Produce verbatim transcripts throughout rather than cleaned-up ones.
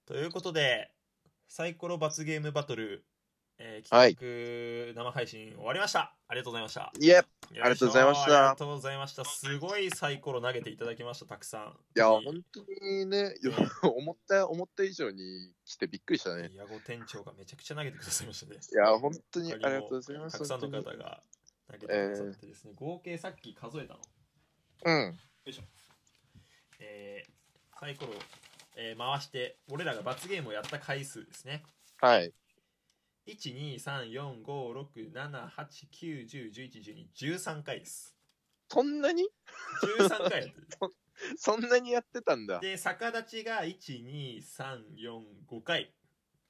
ということで、サイコロ罰ゲームバトル、えー、 はい企画生配信終わりました。ありがとうございました。 いえ、 よいしょありがとうございましたありがとうございました。すごいサイコロ投げていただきました、たくさん。 いや、 特に本当にね、いやね思った思った以上に来てびっくりしたね。 ヤゴ店長がめちゃくちゃ投げてくださいましたね。 いや、本当にあ他にもりがとうございます。 たくさんの本当に方が投げてくださってですね、合計さっき数えたの。 うん。 よいしょ。えー、サイコロ、えー回して、俺らが罰ゲームをやった回数ですね。 はい。 いち、に、さん、よん、ご、ろく、なな、はち、きゅう、じゅう、じゅういち、じゅうに、じゅうさんかいです。 そんなにじゅうさんかいやってる。 そんなにやってたんだ。 で、逆立ちがいち、に、さん、よん、ごかい。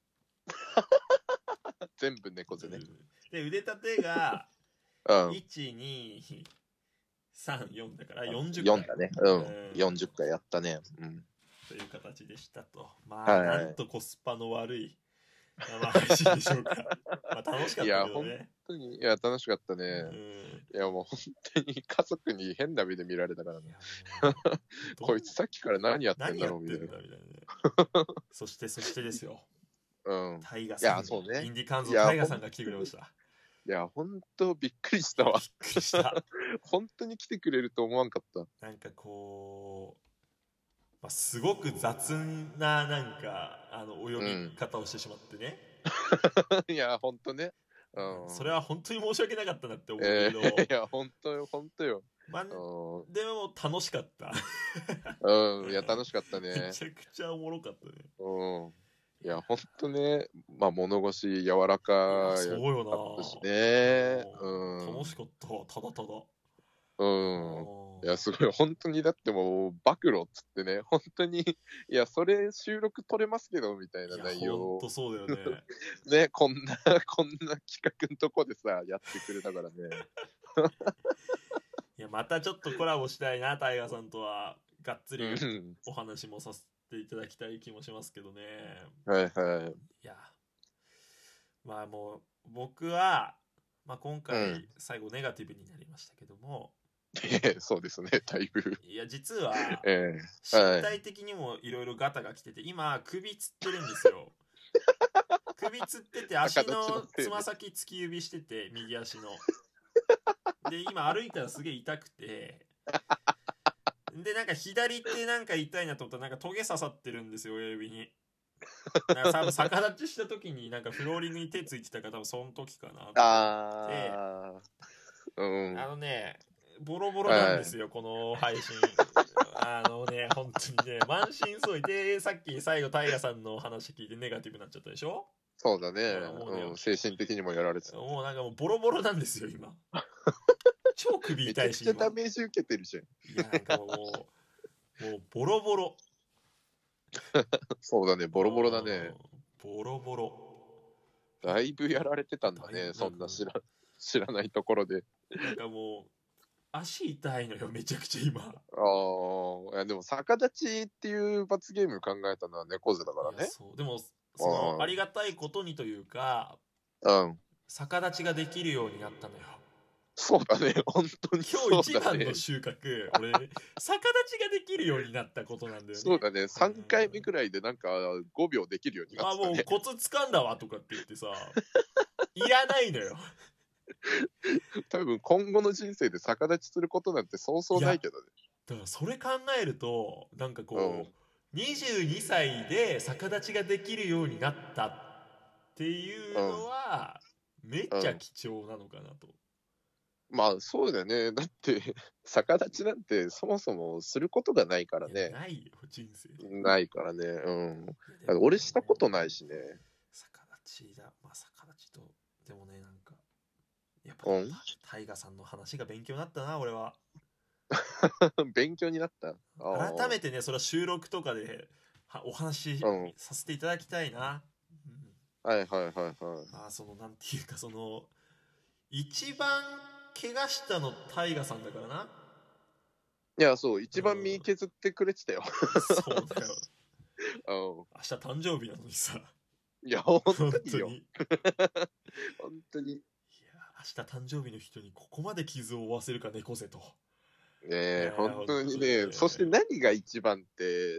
全部猫背ね。 で、腕立てがうん。 いち、に、さん、よんだからよんじゅっかい。 よんだね。うん。 うんよんじゅっかいやったね。うん。 という形でしたと。まあ、 はいはいなんとコスパの悪い生配信でしょうか。まあ、楽しかったけどいや、 ね。 本当に、いや、楽しかったね。 うんいや、もう本当に家族に変な目で見られたからね。 いやもうこいつさっきから何やってん何やってんだろうみたいな。 だみたいなね。そしてそしてですよ。 うん。 タイガさん、 いやそうねインディカンズいやのタイガさんが来てくれました。 いや、本当びっくりしたわびっ。くりした。 本当に来てくれると思わんかった。 なんかこう、まあ、すごく雑ななんかあの泳ぎ方をしてしまってね。 いや、本当ね。うん。 それは本当に申し訳なかったなって思うけど、 えー、いや、本当よ、本当よ。 まあ、 うでも楽しかった。 ん。うん。いや、楽しかっためね。 ちゃくちゃおもろかったね。 うん。いや、本当ね、まあ、物腰柔らかい。 そうよな。 かったしね。うん。 楽しかった。ただただ。 うん。いや、すごい、本当に、だってもう、暴露っつってね、本当に、いや、それ収録取れますけど、みたいないや、 内容をほんとそうだよね。 ね、こんな、こんな企画のとこでさ、やってくれたからね。 いや、またちょっとコラボしたいな、タイガーさんとは。がっつうりん。 お話もさせていただきたい気もしますけどね。 はいはい。 いや、まあもう、僕は、まあ、今回、 うん最後ネガティブになりましたけども、 ええそうですね、だいぶ。 いや、実は、 ええ身体的にもいろいろガタが来てて、今、首つってるんですよ。首つってて、足のつま先突き指してて、右足の。で、今歩いたらすげえ痛くて、で、なんか左手なんか痛いなと思ったら、なんかトゲ刺さってるんですよ、親指に。なんか多分逆立ちした時になんかフローリングに手ついてたから多分その時かなと思って。 ああ。うん。 あのね、ボロボロなんですよ、この配信。あのね、本当にね、満身創痍で、さっき最後、タイガさんの話聞いてネガティブになっちゃったでしょ。 そうだね。 もうねうん、精神的にもやられてた。 もうなんかもうボロボロなんですよ、今。超首めち痛いし、 ゃくちゃダ今。 メージ受けてるじゃん。 いや、なんかもう、もうボロボロ。 そうだね、ボロボロだね。 ボロボロ。 だいぶやられてたんだね、 だいぶそんな知ら知らないところで。 なんかもう、足痛いのよ、めちゃくちゃ今。 ああ、いやでも逆立ちっていう罰ゲーム考えたのは猫背だからね。 いやそうでも、そのありがたいことにというか、 うん。 逆立ちができるようになったのよ。 そうだね、本当にそうだね。 今日一番の収穫、俺、逆立ちができるようになったことなんだよね。 そうだね、さんかいめくらいでなんかごびょうできるようになあ、 ってたね。 もうコツ掴んだわとかって言ってさ、いらないのよ。 多分今後の人生で逆立ちすることなんてそうそうないけどね。 だからそれ考えると、なんかこう、 うんにじゅうにさいで逆立ちができるようになったっていうのは、めっちゃ貴重なのかなと。 まあそうだよね。だって逆立ちなんてそもそもすることがないからいやね。 ないよ、人生で。 ないからね。うん。だからいやでも俺したことないしね。 逆立ちだ。まあ逆立ちと、でもね、なんか、やっぱ、 うんタイガさんの話が勉強になったな、俺は。 勉強になった。あー改めてね、それは収録とかではお話しうんさせていただきたいな。うんはいはいはいはい。 まあそのなんていうか、その一番怪我したのタイガさんだからな。 いや、そう、一番身削ってくれてたよ。 そうだよ。 うん明日誕生日なのにさ。 いや、本本当当によ。 に。 本当に。 いや、明日誕生日の人にここまで傷を負わせるか猫背と。 ねえ、 ねえ本当に本当ね、 にそして何が一番って、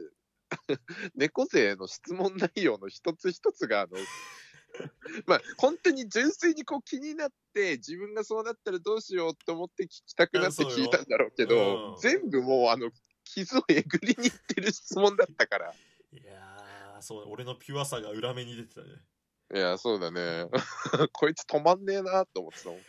猫背の質問内容の一つ一つが、あの、まあ、本当に純粋にこう気になって、自分がそうなったらどうしようと思って聞きたくなって聞いたんだろうけど、 うん、 全部もう、あの、傷をえぐりにいってる質問だったから。 いやー、そう、俺のピュアさが裏目に出てたね。 いや、そうだね。こいつ止まんねえなと思ってたもん。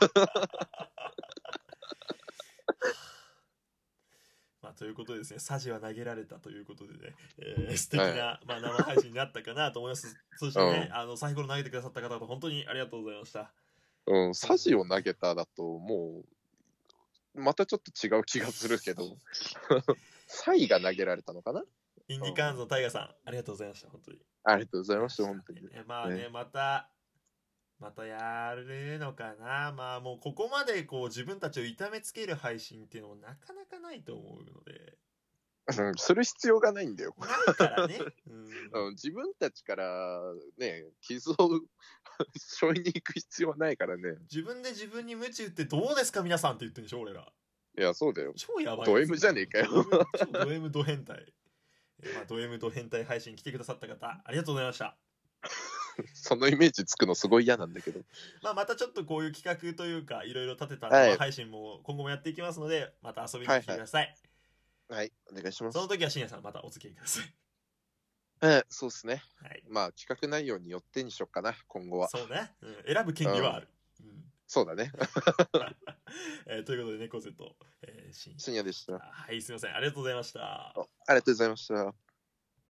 まあ、ということでですね、サジは投げられたということでね、えー、素敵な、はい、まあ、生配信になったかなと思います。そしてね、うん、あの最後の投げてくださった方々、本当にありがとうございました。 うん、サジを投げただと、もう、またちょっと違う気がするけど、サイが投げられたのかな。 インディカーンズのタイガさん、ありがとうございました、本当に。 ありがとうございました、本当に。 まあね、ねまた、またやるのかな。まあもうここまでこう自分たちを痛めつける配信っていうのもなかなかないと思うので。 うん、する必要がないんだよ。 ないからね。 うん、自分たちからね、傷を背負いに行く必要はないからね。 自分で自分に鞭打ってどうですか皆さんって言ってるんでしょ、俺ら。 いや、そうだよ。 超やばい。 ド M じゃねえかよ。 ド M ド変態。まあ、ド M ド変態配信来てくださった方、ありがとうございました。 そのイメージつくのすごい嫌なんだけど。 まあまたちょっとこういう企画というか、いろいろ立てた生配信も今後もやっていきますので、また遊びに来てください。はい、 はいはい、お願いします。 その時は深夜さんまたお付き合いください。 ええ、そうですね。 はい、 まあ企画内容によってにしよっかな、今後は。 そうね。うん、選ぶ権利はある。 うんうん、そうだね。 えー、ということで、猫背と、えー、 深夜でした。 はい、すみません。ありがとうございました。 ありがとうございました。